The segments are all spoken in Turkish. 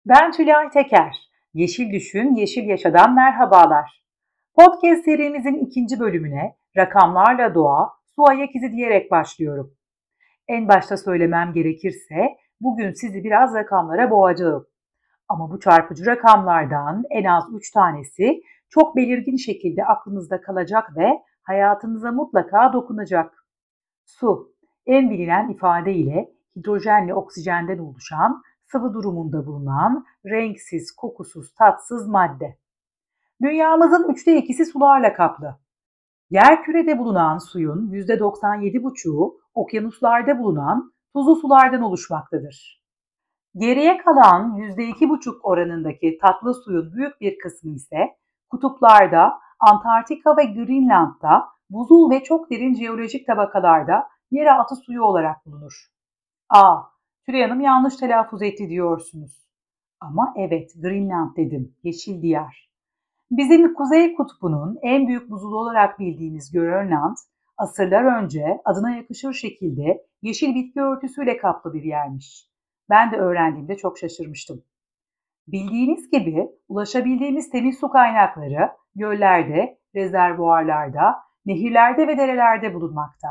Ben Tülay Teker. Yeşil Düşün, Yeşil Yaşadan merhabalar. Podcast serimizin ikinci bölümüne rakamlarla doğa, su ayak izi diyerek başlıyorum. En başta söylemem gerekirse bugün sizi biraz rakamlara boğacağım. Ama bu çarpıcı rakamlardan en az 3 tanesi çok belirgin şekilde aklınızda kalacak ve hayatınıza mutlaka dokunacak. Su, en bilinen ifadeyle hidrojenle oksijenden oluşan, sıvı durumunda bulunan, renksiz, kokusuz, tatsız madde. Dünyamızın 2/3'ü sularla kaplı. Yerkürede bulunan suyun %97,5'u okyanuslarda bulunan tuzlu sulardan oluşmaktadır. Geriye kalan %2,5 oranındaki tatlı suyun büyük bir kısmı ise kutuplarda, Antarktika ve Greenland'da buzul ve çok derin jeolojik tabakalarda yeraltı suyu olarak bulunur. Tülay Hanım yanlış telaffuz etti diyorsunuz. Ama evet, Greenland dedim, yeşil diyar. Bizim Kuzey Kutbu'nun en büyük buzulu olarak bildiğimiz Grönland, asırlar önce adına yakışır şekilde yeşil bitki örtüsüyle kaplı bir yermiş. Ben de öğrendiğimde çok şaşırmıştım. Bildiğiniz gibi ulaşabildiğimiz temiz su kaynakları göllerde, rezervuarlarda, nehirlerde ve derelerde bulunmakta.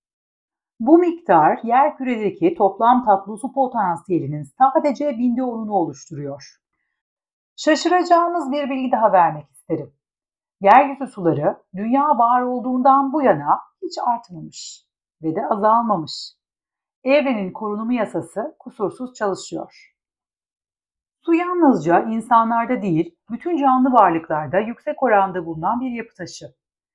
Bu miktar yerküredeki toplam tatlı su potansiyelinin sadece 1000'de 10'unu oluşturuyor. Şaşıracağınız bir bilgi daha vermek isterim. Yeryüzü suları dünya var olduğundan bu yana hiç artmamış ve de azalmamış. Evrenin korunumu yasası kusursuz çalışıyor. Su yalnızca insanlarda değil, bütün canlı varlıklarda yüksek oranda bulunan bir yapı taşı.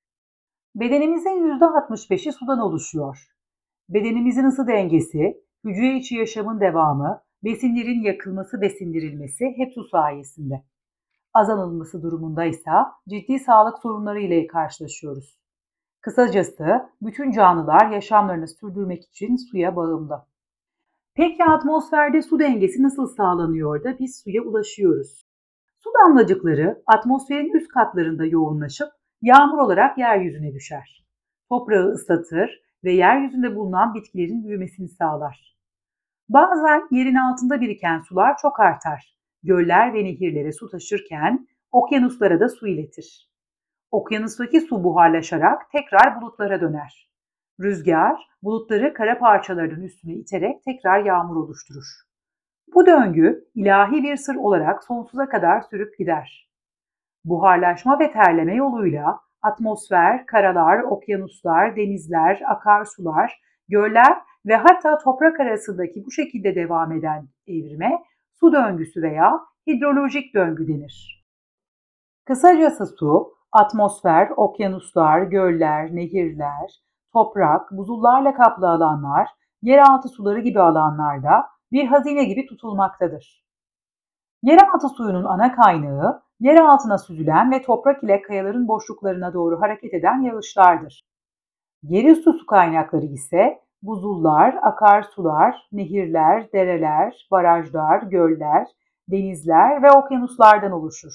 Bedenimizin %65'i sudan oluşuyor. Bedenimizin ısı dengesi, hücre içi yaşamın devamı, besinlerin yakılması ve sindirilmesi hep su sayesinde. Azalılması durumunda ise ciddi sağlık sorunları ile karşılaşıyoruz. Kısacası bütün canlılar yaşamlarını sürdürmek için suya bağımlı. Peki atmosferde su dengesi nasıl sağlanıyor da biz suya ulaşıyoruz? Su damlacıkları atmosferin üst katlarında yoğunlaşıp yağmur olarak yeryüzüne düşer. Toprağı ıslatır ve yeryüzünde bulunan bitkilerin büyümesini sağlar. Bazen yerin altında biriken sular çok artar. Göller ve nehirlere su taşırken okyanuslara da su iletir. Okyanustaki su buharlaşarak tekrar bulutlara döner. Rüzgar, bulutları kara parçalarının üstüne iterek tekrar yağmur oluşturur. Bu döngü ilahi bir sır olarak sonsuza kadar sürüp gider. Buharlaşma ve terleme yoluyla atmosfer, karalar, okyanuslar, denizler, akarsular, göller ve hatta toprak arasındaki bu şekilde devam eden evrime su döngüsü veya hidrolojik döngü denir. Kısacası su, atmosfer, okyanuslar, göller, nehirler, toprak, buzullarla kaplı alanlar, yeraltı suları gibi alanlarda bir hazine gibi tutulmaktadır. Yeraltı suyunun ana kaynağı, yer altına süzülen ve toprak ile kayaların boşluklarına doğru hareket eden yağışlardır. Yerüstü su kaynakları ise buzullar, akarsular, nehirler, dereler, barajlar, göller, denizler ve okyanuslardan oluşur.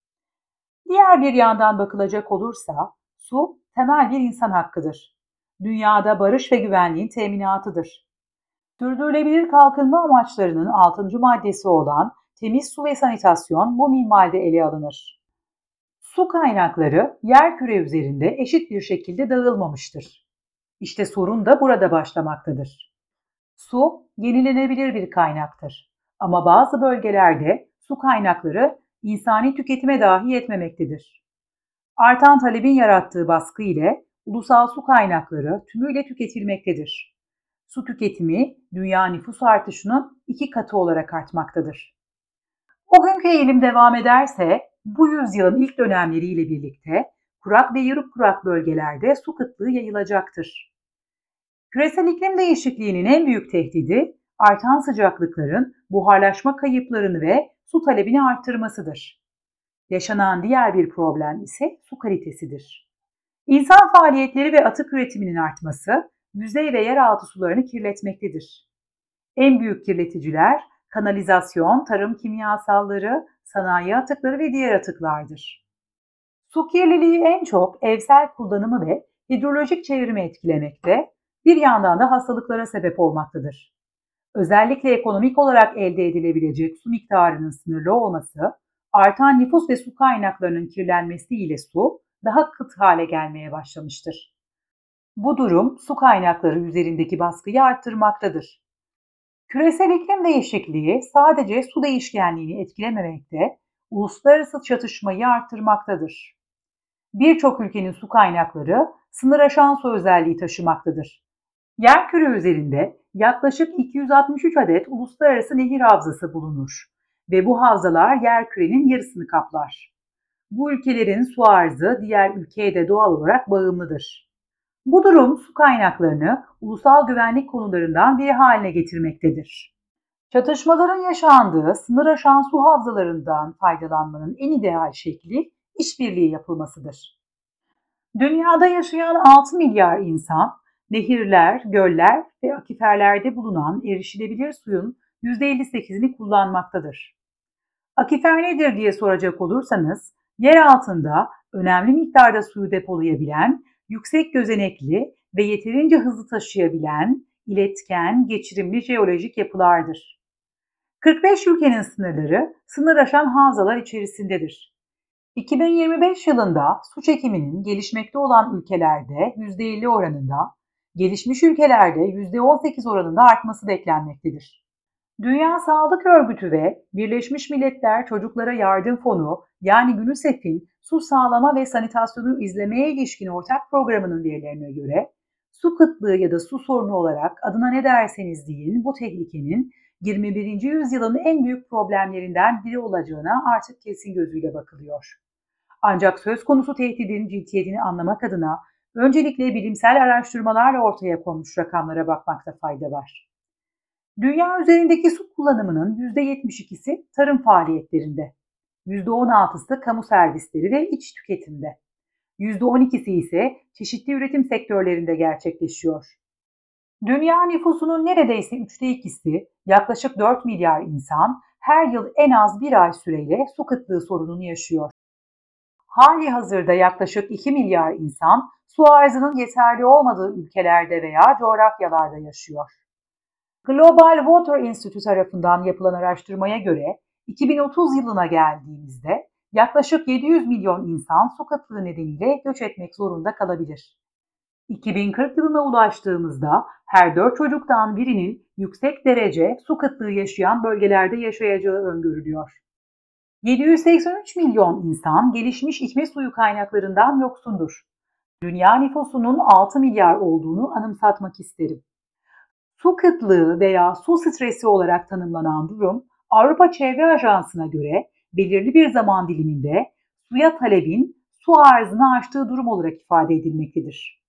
Diğer bir yandan bakılacak olursa, su temel bir insan hakkıdır. Dünyada barış ve güvenliğin teminatıdır. Sürdürülebilir kalkınma amaçlarının 6. maddesi olan temiz su ve sanitasyon bu minvalde ele alınır. Su kaynakları yerküre üzerinde eşit bir şekilde dağılmamıştır. İşte sorun da burada başlamaktadır. Su yenilenebilir bir kaynaktır. Ama bazı bölgelerde su kaynakları insani tüketime dahi yetmemektedir. Artan talebin yarattığı baskı ile ulusal su kaynakları tümüyle tüketilmektedir. Su tüketimi dünya nüfus artışının 2 katı olarak artmaktadır. Bugünkü eğilim devam ederse bu yüzyılın ilk dönemleriyle birlikte kurak ve yarı kurak bölgelerde su kıtlığı yayılacaktır. Küresel iklim değişikliğinin en büyük tehdidi artan sıcaklıkların buharlaşma kayıplarını ve su talebini arttırmasıdır. Yaşanan diğer bir problem ise su kalitesidir. İnsan faaliyetleri ve atık üretiminin artması yüzey ve yeraltı sularını kirletmektedir. En büyük kirleticiler kanalizasyon, tarım kimyasalları, sanayi atıkları ve diğer atıklardır. Su kirliliği en çok evsel kullanımı ve hidrolojik çevrimi etkilemekte, bir yandan da hastalıklara sebep olmaktadır. Özellikle ekonomik olarak elde edilebilecek su miktarının sınırlı olması, artan nüfus ve su kaynaklarının kirlenmesiyle su daha kıt hale gelmeye başlamıştır. Bu durum su kaynakları üzerindeki baskıyı arttırmaktadır. Küresel iklim değişikliği sadece su değişkenliğini etkilememekte, uluslararası çatışmayı arttırmaktadır. Birçok ülkenin su kaynakları sınır aşan su özelliği taşımaktadır. Yerküre üzerinde yaklaşık 263 adet uluslararası nehir havzası bulunur ve bu havzalar yerkürenin yarısını kaplar. Bu ülkelerin su arzı diğer ülkeye de doğal olarak bağımlıdır. Bu durum su kaynaklarını ulusal güvenlik konularından biri haline getirmektedir. Çatışmaların yaşandığı sınır aşan su havzalarından faydalanmanın en ideal şekli işbirliği yapılmasıdır. Dünyada yaşayan 6 milyar insan, nehirler, göller ve akiferlerde bulunan erişilebilir suyun %58'ini kullanmaktadır. Akifer nedir diye soracak olursanız, yer altında önemli miktarda suyu depolayabilen, yüksek gözenekli ve yeterince hızlı taşıyabilen, iletken, geçirimli jeolojik yapılardır. 45 ülkenin sınırları sınır aşan havzalar içerisindedir. 2025 yılında su çekiminin gelişmekte olan ülkelerde %50 oranında, gelişmiş ülkelerde %18 oranında artması beklenmektedir. Dünya Sağlık Örgütü ve Birleşmiş Milletler Çocuklara Yardım Fonu yani UNICEF'in su sağlama ve sanitasyonu izlemeye ilişkin ortak programının verilerine göre su kıtlığı ya da su sorunu olarak adına ne derseniz deyin bu tehlikenin 21. yüzyılın en büyük problemlerinden biri olacağına artık kesin gözüyle bakılıyor. Ancak söz konusu tehdidin ciddiyetini anlamak adına öncelikle bilimsel araştırmalarla ortaya konmuş rakamlara bakmakta fayda var. Dünya üzerindeki su kullanımının %72'si tarım faaliyetlerinde, %16'sı kamu servisleri ve iç tüketimde, %12'si ise çeşitli üretim sektörlerinde gerçekleşiyor. Dünya nüfusunun neredeyse 2/3'ü, yaklaşık 4 milyar insan her yıl en az bir ay süreyle su kıtlığı sorununu yaşıyor. Hali hazırda yaklaşık 2 milyar insan su arzının yeterli olmadığı ülkelerde veya coğrafyalarda yaşıyor. Global Water Institute tarafından yapılan araştırmaya göre 2030 yılına geldiğimizde yaklaşık 700 milyon insan su kıtlığı nedeniyle göç etmek zorunda kalabilir. 2040 yılına ulaştığımızda her 4 çocuktan birinin yüksek derece su kıtlığı yaşayan bölgelerde yaşayacağı öngörülüyor. 783 milyon insan gelişmiş içme suyu kaynaklarından yoksundur. Dünya nüfusunun 6 milyar olduğunu anımsatmak isterim. Su kıtlığı veya su stresi olarak tanımlanan durum, Avrupa Çevre Ajansı'na göre belirli bir zaman diliminde suya talebin su arzını aştığı durum olarak ifade edilmektedir.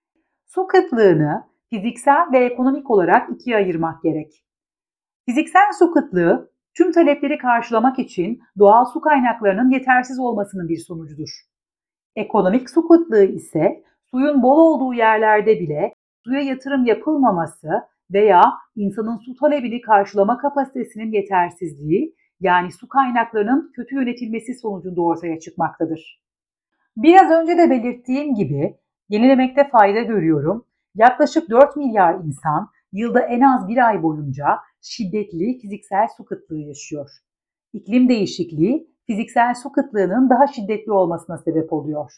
Su kıtlığını fiziksel ve ekonomik olarak ikiye ayırmak gerek. Fiziksel su kıtlığı, tüm talepleri karşılamak için doğal su kaynaklarının yetersiz olmasının bir sonucudur. Ekonomik su kıtlığı ise suyun bol olduğu yerlerde bile suya yatırım yapılmaması veya insanın su talebini karşılama kapasitesinin yetersizliği, yani su kaynaklarının kötü yönetilmesi sonucunda ortaya çıkmaktadır. Biraz önce de belirttiğim gibi, yenilemekte fayda görüyorum. Yaklaşık 4 milyar insan yılda en az bir ay boyunca şiddetli fiziksel su kıtlığı yaşıyor. İklim değişikliği fiziksel su kıtlığının daha şiddetli olmasına sebep oluyor.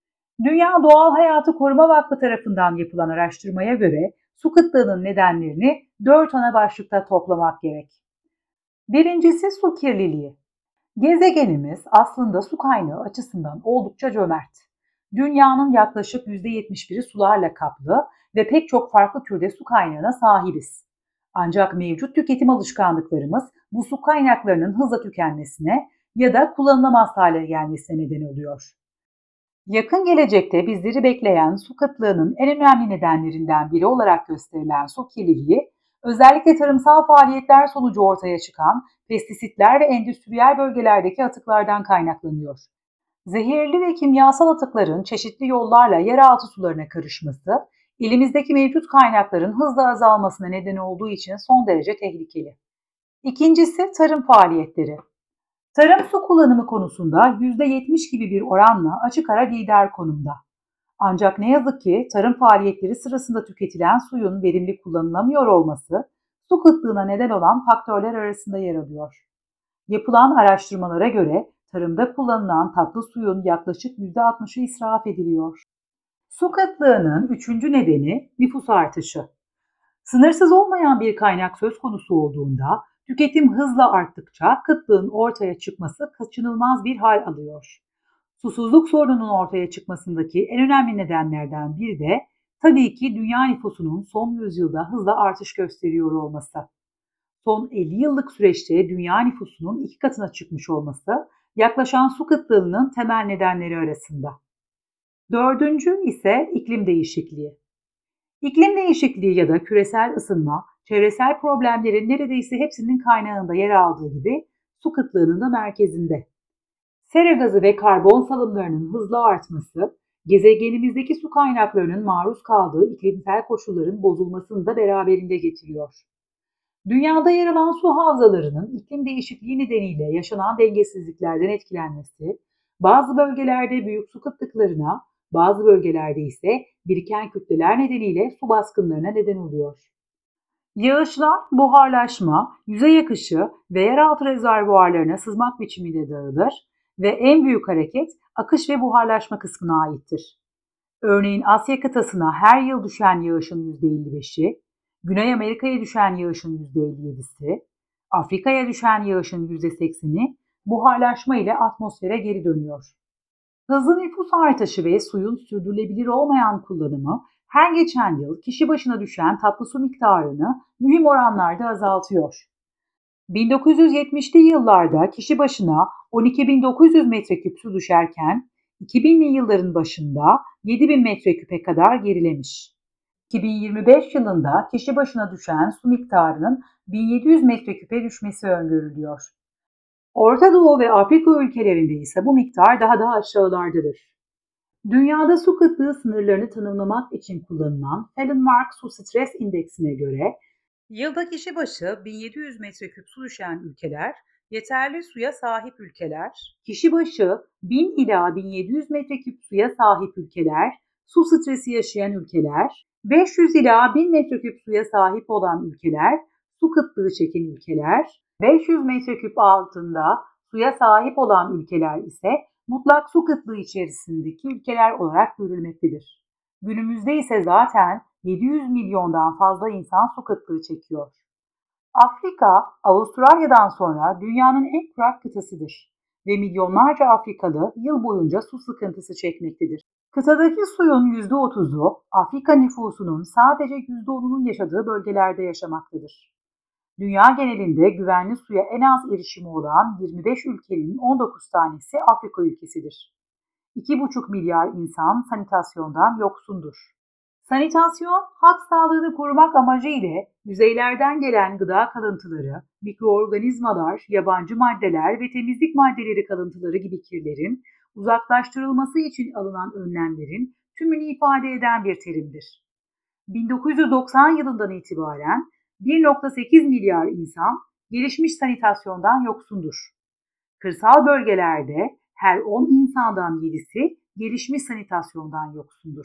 Dünya Doğal Hayatı Koruma Vakfı tarafından yapılan araştırmaya göre su kıtlığının nedenlerini 4 ana başlıkta toplamak gerek. Birincisi su kirliliği. Gezegenimiz aslında su kaynağı açısından oldukça cömert. Dünyanın yaklaşık %71'i sularla kaplı ve pek çok farklı türde su kaynağına sahibiz. Ancak mevcut tüketim alışkanlıklarımız bu su kaynaklarının hızla tükenmesine ya da kullanılamaz hale gelmesine neden oluyor. Yakın gelecekte bizleri bekleyen su kıtlığının en önemli nedenlerinden biri olarak gösterilen su kirliliği, özellikle tarımsal faaliyetler sonucu ortaya çıkan pestisitler ve endüstriyel bölgelerdeki atıklardan kaynaklanıyor. Zehirli ve kimyasal atıkların çeşitli yollarla yeraltı sularına karışması, elimizdeki mevcut kaynakların hızla azalmasına neden olduğu için son derece tehlikeli. İkincisi tarım faaliyetleri. Tarım su kullanımı konusunda %70 gibi bir oranla açık ara lider konumda. Ancak ne yazık ki tarım faaliyetleri sırasında tüketilen suyun verimli kullanılamıyor olması, su kıtlığına neden olan faktörler arasında yer alıyor. Yapılan araştırmalara göre tarımda kullanılan tatlı suyun yaklaşık %60'ı israf ediliyor. Su kıtlığının üçüncü nedeni nüfus artışı. Sınırsız olmayan bir kaynak söz konusu olduğunda tüketim hızla arttıkça kıtlığın ortaya çıkması kaçınılmaz bir hal alıyor. Susuzluk sorununun ortaya çıkmasındaki en önemli nedenlerden biri de tabii ki dünya nüfusunun son yüzyılda hızla artış gösteriyor olması. Son 50 yıllık süreçte dünya nüfusunun 2 katına çıkmış olması yaklaşan su kıtlığının temel nedenleri arasında. Dördüncü ise iklim değişikliği. İklim değişikliği ya da küresel ısınma, çevresel problemlerin neredeyse hepsinin kaynağında yer aldığı gibi su kıtlığının da merkezinde. Sera gazı ve karbon salımlarının hızla artması, gezegenimizdeki su kaynaklarının maruz kaldığı iklimsel koşulların bozulmasını da beraberinde getiriyor. Dünyada yer alan su havzalarının iklim değişikliği nedeniyle yaşanan dengesizliklerden etkilenmesi, bazı bölgelerde büyük su kıtlıklarına, bazı bölgelerde ise biriken kütleler nedeniyle su baskınlarına neden oluyor. Yağışlar buharlaşma, yüzey akışı ve yeraltı rezervuarlarına sızmak biçimiyle dağılır ve en büyük hareket akış ve buharlaşma kısmına aittir. Örneğin Asya kıtasına her yıl düşen yağışın %55'i, Güney Amerika'ya düşen yağışın %57'si, Afrika'ya düşen yağışın %80'i buharlaşma ile atmosfere geri dönüyor. Hızlı nüfus artışı ve suyun sürdürülebilir olmayan kullanımı her geçen yıl kişi başına düşen tatlı su miktarını mühim oranlarda azaltıyor. 1970'li yıllarda kişi başına 12.900 metreküp su düşerken 2000'li yılların başında 7.000 metreküpe kadar gerilemiş. 2025 yılında kişi başına düşen su miktarının 1700 metreküpe düşmesi öngörülüyor. Orta Doğu ve Afrika ülkelerinde ise bu miktar daha da aşağılardadır. Dünyada su kıtlığı sınırlarını tanımlamak için kullanılan Fehlenmark Su Stres İndeksine göre yılda kişi başı 1700 metreküp su düşen ülkeler, yeterli suya sahip ülkeler, kişi başı 1000 ila 1700 metreküp suya sahip ülkeler, su stresi yaşayan ülkeler, 500 ila 1000 metreküp suya sahip olan ülkeler, su kıtlığı çeken ülkeler, 500 metreküp altında suya sahip olan ülkeler ise mutlak su kıtlığı içerisindeki ülkeler olarak görülmektedir. Günümüzde ise zaten 700 milyondan fazla insan su kıtlığı çekiyor. Afrika, Avustralya'dan sonra dünyanın en kurak kıtasıdır ve milyonlarca Afrikalı yıl boyunca su sıkıntısı çekmektedir. Kıtadaki suyun %30'u Afrika nüfusunun sadece %10'unun yaşadığı bölgelerde yaşamaktadır. Dünya genelinde güvenli suya en az erişimi olan 25 ülkenin 19 tanesi Afrika ülkesidir. 2,5 milyar insan sanitasyondan yoksundur. Sanitasyon, halk sağlığını korumak amacı ile yüzeylerden gelen gıda kalıntıları, mikroorganizmalar, yabancı maddeler ve temizlik maddeleri kalıntıları gibi kirlerin uzaklaştırılması için alınan önlemlerin tümünü ifade eden bir terimdir. 1990 yılından itibaren 1,8 milyar insan gelişmiş sanitasyondan yoksundur. Kırsal bölgelerde her 10 insandan 7'si gelişmiş sanitasyondan yoksundur.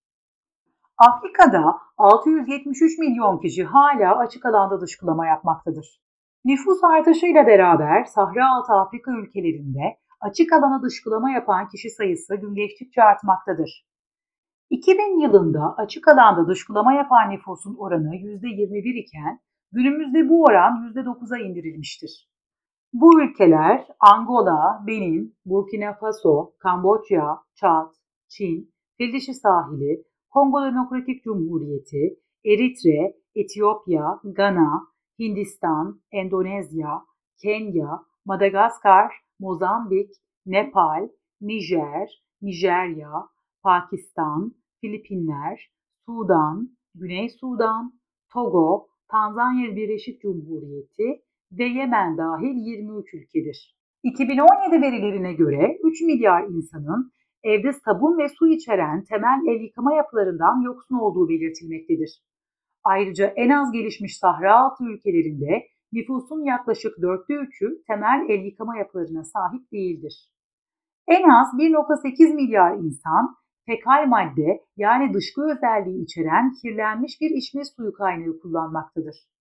Afrika'da 673 milyon kişi hala açık alanda dışkılama yapmaktadır. Nüfus artışıyla beraber Sahra Altı Afrika ülkelerinde açık alana dışkılama yapan kişi sayısı gün geçtikçe artmaktadır. 2000 yılında açık alanda dışkılama yapan nüfusun oranı %21 iken günümüzde bu oran %9'a indirilmiştir. Bu ülkeler Angola, Benin, Burkina Faso, Kamboçya, Çad, Çin, Fil Sahili, Kongo Demokratik Cumhuriyeti, Eritre, Etiyopya, Gana, Hindistan, Endonezya, Kenya, Madagaskar, Mozambik, Nepal, Nijer, Nijerya, Pakistan, Filipinler, Sudan, Güney Sudan, Togo, Tanzanya Birleşik Cumhuriyeti ve Yemen dahil 23 ülkedir. 2017 verilerine göre 3 milyar insanın evde sabun ve su içeren temel el yıkama yapılarından yoksun olduğu belirtilmektedir. Ayrıca en az gelişmiş Sahra Altı ülkelerinde nüfusun yaklaşık 3'ü temel el yıkama yapılarına sahip değildir. En az 1,8 milyar insan fekal madde yani dışkı özelliği içeren kirlenmiş bir içme suyu kaynağı kullanmaktadır.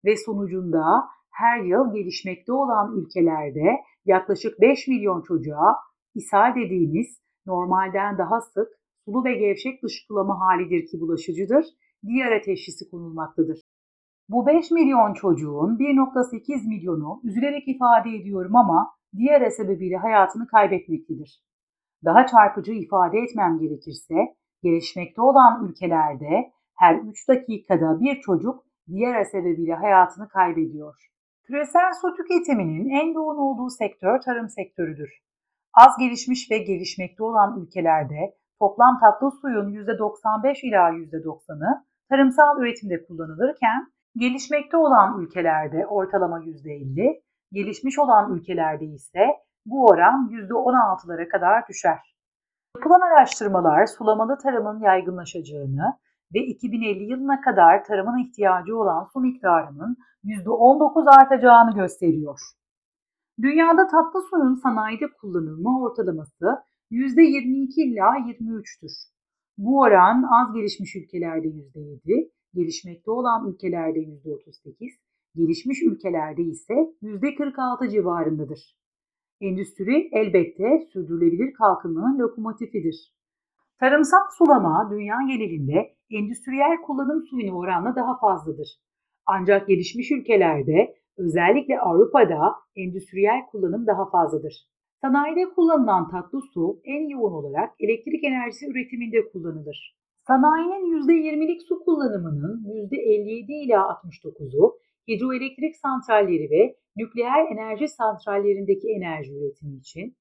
ve sonucunda her yıl gelişmekte olan ülkelerde yaklaşık 5 milyon çocuğa ishal dediğimiz normalden daha sık sulu ve gevşek dışkılama halidir ki bulaşıcıdır, diyare teşhisi konulmaktadır. Bu 5 milyon çocuğun 1,8 milyonu üzülerek ifade ediyorum ama diyare sebebiyle hayatını kaybetmektedir. Daha çarpıcı ifade etmem gerekirse, gelişmekte olan ülkelerde her 3 dakikada bir çocuk diyare sebebiyle hayatını kaybediyor. Küresel su tüketiminin en yoğun olduğu sektör tarım sektörüdür. Az gelişmiş ve gelişmekte olan ülkelerde toplam tatlı suyun %95 ila %90'ı tarımsal üretimde kullanılırken, gelişmekte olan ülkelerde ortalama %50, gelişmiş olan ülkelerde ise bu oran %16'lara kadar düşer. Yapılan araştırmalar sulamalı tarımın yaygınlaşacağını ve 2050 yılına kadar tarımın ihtiyacı olan su miktarının %19 artacağını gösteriyor. Dünyada tatlı suyun sanayide kullanılma ortalaması %22 ila 23'tür. Bu oran az gelişmiş ülkelerde %7, gelişmekte olan ülkelerde %38, gelişmiş ülkelerde ise %46 civarındadır. Endüstri elbette sürdürülebilir kalkınmanın lokomotifidir. Tarımsal sulama dünya genelinde endüstriyel kullanım suyuna oranla daha fazladır. Ancak gelişmiş ülkelerde, özellikle Avrupa'da endüstriyel kullanım daha fazladır. Sanayide kullanılan tatlı su en yoğun olarak elektrik enerjisi üretiminde kullanılır. Sanayinin %20'lik su kullanımının %57 ila 69'u hidroelektrik santralleri ve nükleer enerji santrallerindeki enerji üretimi için,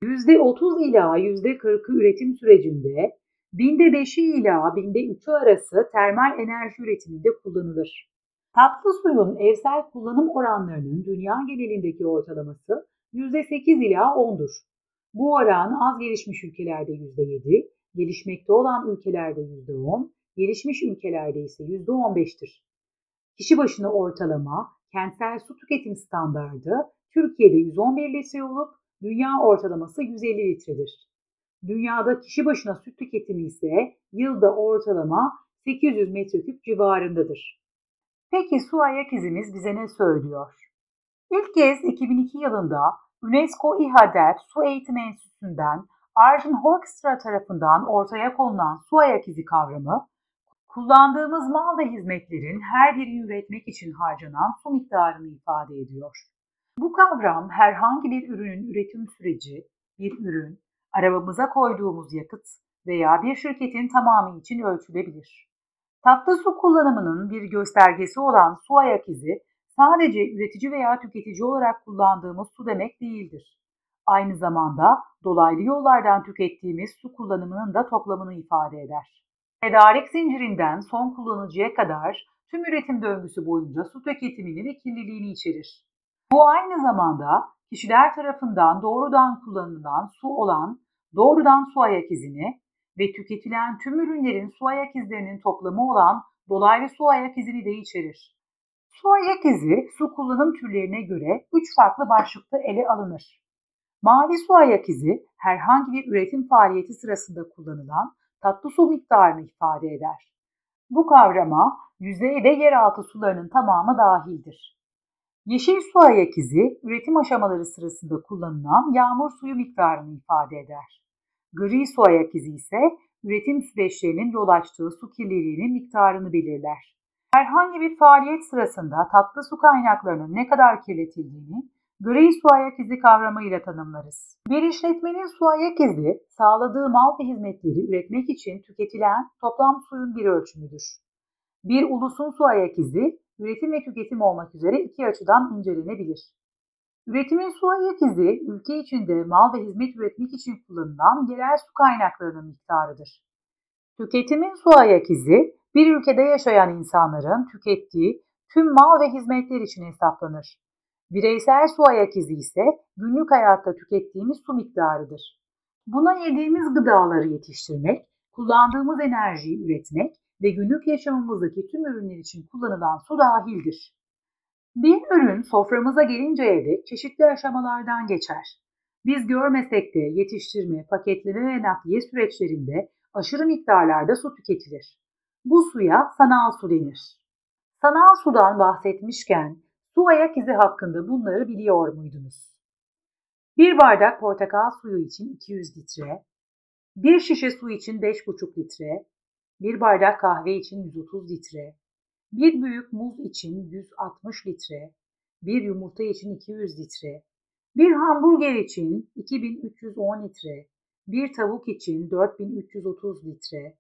%30 ila %40'ı üretim sürecinde, %5'i ila %3'ü arası termal enerji üretiminde kullanılır. Tatlı suyun evsel kullanım oranlarının dünya genelindeki ortalaması %8 ila 10'dur. Bu oran az gelişmiş ülkelerde %7, gelişmekte olan ülkelerde %10, gelişmiş ülkelerde ise %15'tir. Kişi başına ortalama kentsel su tüketim standardı Türkiye'de 111 litre olup dünya ortalaması 150 litredir. Dünyada kişi başına su tüketimi ise yılda ortalama 800 metreküp civarındadır. Peki su ayak izimiz bize ne söylüyor? İlk kez 2002 yılında UNESCO İHADEP Su Eğitimi Enstitüsü'nden Arjun Hoekstra tarafından ortaya konulan su ayak izi kavramı, kullandığımız mal ve hizmetlerin her birini üretmek için harcanan su miktarını ifade ediyor. Bu kavram herhangi bir ürünün üretim süreci, bir ürün, arabamıza koyduğumuz yakıt veya bir şirketin tamamı için ölçülebilir. Tatlı su kullanımının bir göstergesi olan su ayak izi, sadece üretici veya tüketici olarak kullandığımız su demek değildir. Aynı zamanda dolaylı yollardan tükettiğimiz su kullanımının da toplamını ifade eder. Tedarik zincirinden son kullanıcıya kadar tüm üretim döngüsü boyunca su tüketimini ve kirliliğini içerir. Bu aynı zamanda kişiler tarafından doğrudan kullanılan su olan doğrudan su ayak izini ve tüketilen tüm ürünlerin su ayak izlerinin toplamı olan dolaylı su ayak izini de içerir. Su ayak izi su kullanım türlerine göre 3 farklı başlıkta ele alınır. Mavi su ayak izi herhangi bir üretim faaliyeti sırasında kullanılan tatlı su miktarını ifade eder. Bu kavrama yüzey ve yeraltı sularının tamamı dahildir. Yeşil su ayak izi üretim aşamaları sırasında kullanılan yağmur suyu miktarını ifade eder. Gri su ayak izi ise üretim süreçlerinin yol açtığı su kirliliğinin miktarını belirler. Herhangi bir faaliyet sırasında tatlı su kaynaklarının ne kadar kirletildiğini gri su ayak izi kavramıyla tanımlarız. Bir işletmenin su ayak izi, sağladığı mal ve hizmetleri üretmek için tüketilen toplam suyun bir ölçümüdür. Bir ulusun su ayak izi, üretim ve tüketim olmak üzere iki açıdan incelenebilir. Üretimin su ayak izi, ülke içinde mal ve hizmet üretmek için kullanılan yerel su kaynaklarının miktarıdır. Tüketimin su ayak izi, bir ülkede yaşayan insanların tükettiği tüm mal ve hizmetler için hesaplanır. Bireysel su ayak izi ise günlük hayatta tükettiğimiz su miktarıdır. Buna yediğimiz gıdaları yetiştirmek, kullandığımız enerjiyi üretmek ve günlük yaşamımızdaki tüm ürünler için kullanılan su dahildir. Bir ürün soframıza gelinceye dek çeşitli aşamalardan geçer. Biz görmesek de yetiştirme, paketleme ve nakliye süreçlerinde aşırı miktarlarda su tüketilir. Bu suya sanal su denir. Sanal sudan bahsetmişken su ayak izi hakkında bunları biliyor muydunuz? Bir bardak portakal suyu için 200 litre, bir şişe su için 5,5 litre, bir bardak kahve için 130 litre, bir büyük muz için 160 litre, bir yumurta için 200 litre, bir hamburger için 2310 litre, bir tavuk için 4330 litre,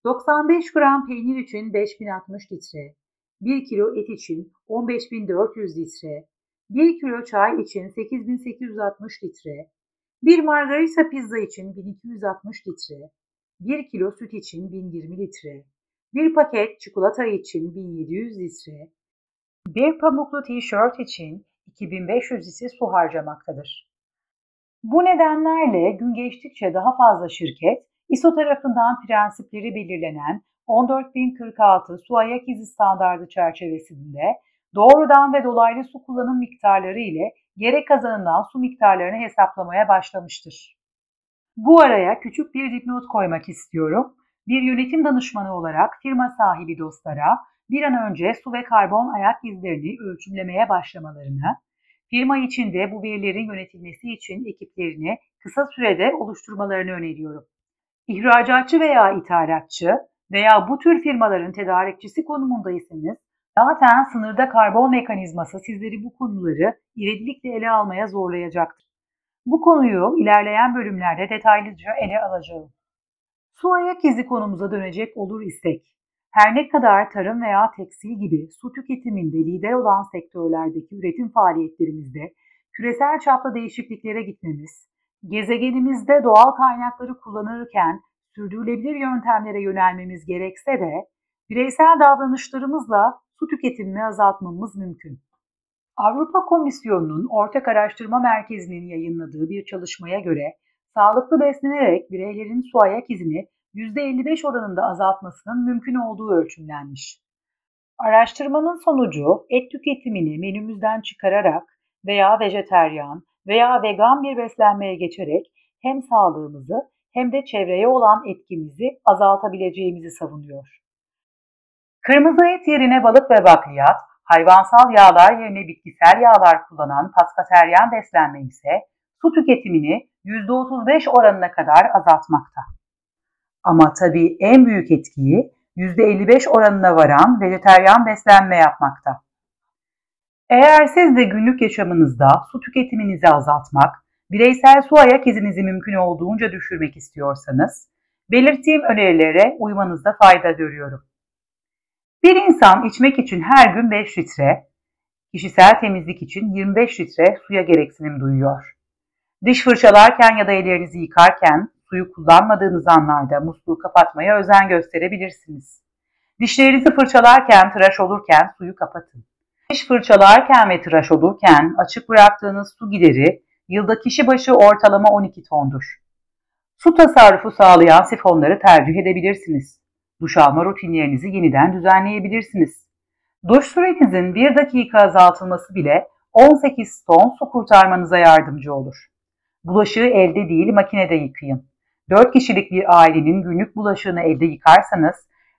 95 gram peynir için 5060 litre, 1 kilo et için 15400 litre, 1 kilo çay için 8860 litre, bir margarita pizza için 1260 litre, 1 kilo süt için 1020 litre, bir paket çikolata için 1700 litre, bir pamuklu tişört için 2500 litre su harcamaktadır. Bu nedenlerle gün geçtikçe daha fazla şirket, ISO tarafından prensipleri belirlenen 14046 su ayak izi standardı çerçevesinde doğrudan ve dolaylı su kullanım miktarları ile gerek kazanılan su miktarlarını hesaplamaya başlamıştır. Bu araya küçük bir dipnot koymak istiyorum. Bir yönetim danışmanı olarak firma sahibi dostlara bir an önce su ve karbon ayak izlerini ölçümlemeye başlamalarını, firma içinde bu verilerin yönetilmesi için ekiplerini kısa sürede oluşturmalarını öneriyorum. İhracatçı veya ithalatçı veya bu tür firmaların tedarikçisi konumundaysanız zaten sınırda karbon mekanizması sizleri bu konuları ivedilikle ele almaya zorlayacaktır. Bu konuyu ilerleyen bölümlerde detaylıca ele alacağım. Su ayak izi konumuza dönecek olur isek, her ne kadar tarım veya tekstil gibi su tüketiminde lider olan sektörlerdeki üretim faaliyetlerimizde küresel çapta değişikliklere gitmemiz, gezegenimizde doğal kaynakları kullanırken sürdürülebilir yöntemlere yönelmemiz gerekse de bireysel davranışlarımızla su tüketimini azaltmamız mümkün. Avrupa Komisyonu'nun Ortak Araştırma Merkezi'nin yayınladığı bir çalışmaya göre sağlıklı beslenerek bireylerin su ayak izini %55 oranında azaltmasının mümkün olduğu ölçümlenmiş. Araştırmanın sonucu et tüketimini menümüzden çıkararak veya vejeteryan veya vegan bir beslenmeye geçerek hem sağlığımızı hem de çevreye olan etkimizi azaltabileceğimizi savunuyor. Kırmızı et yerine balık ve bakliyat, hayvansal yağlar yerine bitkisel yağlar kullanan paskateryen beslenme ise su tüketimini %35 oranına kadar azaltmakta. Ama tabii en büyük etkiyi %55 oranına varan vejeteryan beslenme yapmakta. Eğer siz de günlük yaşamınızda su tüketiminizi azaltmak, bireysel su ayak izinizi mümkün olduğunca düşürmek istiyorsanız, belirttiğim önerilere uymanızda fayda görüyorum. Bir insan içmek için her gün 5 litre, kişisel temizlik için 25 litre suya gereksinim duyuyor. Diş fırçalarken ya da ellerinizi yıkarken suyu kullanmadığınız anlarda musluğu kapatmaya özen gösterebilirsiniz. Dişlerinizi fırçalarken, tıraş olurken suyu kapatın. Diş fırçalarken ve tıraş olurken açık bıraktığınız su gideri yılda kişi başı ortalama 12 tondur. Su tasarrufu sağlayan sifonları tercih edebilirsiniz. Duş alma rutinlerinizi yeniden düzenleyebilirsiniz. Duş sürenizin 1 dakika azaltılması bile 18 ton su kurtarmanıza yardımcı olur. Bulaşığı elde değil makinede yıkayın. 4 kişilik bir ailenin günlük bulaşığını elde yıkarsanız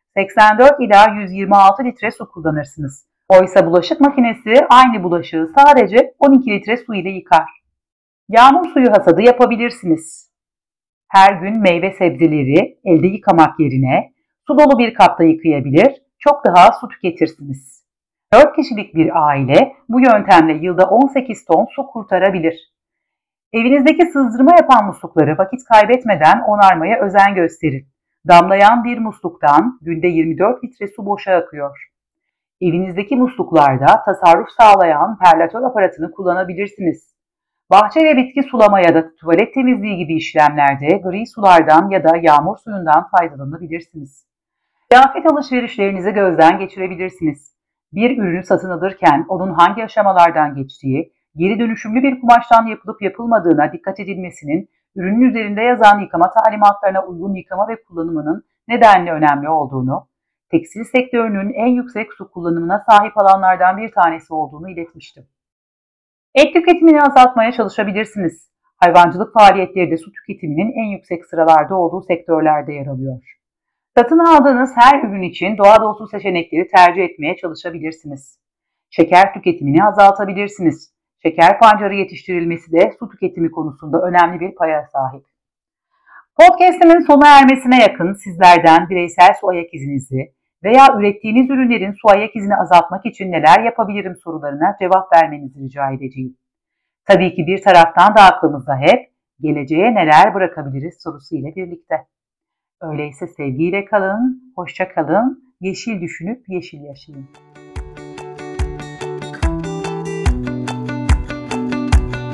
84 ila 126 litre su kullanırsınız. Oysa bulaşık makinesi aynı bulaşığı sadece 12 litre su ile yıkar. Yağmur suyu hasadı yapabilirsiniz. Her gün meyve sebzeleri elde yıkamak yerine su dolu bir kapta yıkayabilir, çok daha su tüketirsiniz. 4 kişilik bir aile bu yöntemle yılda 18 ton su kurtarabilir. Evinizdeki sızdırma yapan muslukları vakit kaybetmeden onarmaya özen gösterin. Damlayan bir musluktan günde 24 litre su boşa akıyor. Evinizdeki musluklarda tasarruf sağlayan perlatör aparatını kullanabilirsiniz. Bahçe ve bitki sulama ya da tuvalet temizliği gibi işlemlerde gri sulardan ya da yağmur suyundan faydalanabilirsiniz. Kıyafet alışverişlerinizi gözden geçirebilirsiniz. Bir ürünü satın alırken onun hangi aşamalardan geçtiği, geri dönüşümlü bir kumaştan yapılıp yapılmadığına dikkat edilmesinin, ürünün üzerinde yazan yıkama talimatlarına uygun yıkama ve kullanımının nedenle önemli olduğunu, tekstil sektörünün en yüksek su kullanımına sahip alanlardan bir tanesi olduğunu iletmiştim. Et tüketimini azaltmaya çalışabilirsiniz. Hayvancılık faaliyetleri de su tüketiminin en yüksek sıralarda olduğu sektörlerde yer alıyor. Satın aldığınız her ürün için doğa dostu seçenekleri tercih etmeye çalışabilirsiniz. Şeker tüketimini azaltabilirsiniz. Şeker pancarı yetiştirilmesi de su tüketimi konusunda önemli bir paya sahip. Podcast'imin sona ermesine yakın sizlerden bireysel su ayak izinizi veya ürettiğiniz ürünlerin su ayak izini azaltmak için neler yapabilirim sorularına cevap vermenizi rica edeceğim. Tabii ki bir taraftan da aklımızda hep geleceğe neler bırakabiliriz sorusu ile birlikte. Öyleyse sevgiyle kalın, hoşça kalın, yeşil düşünüp yeşil yaşayın.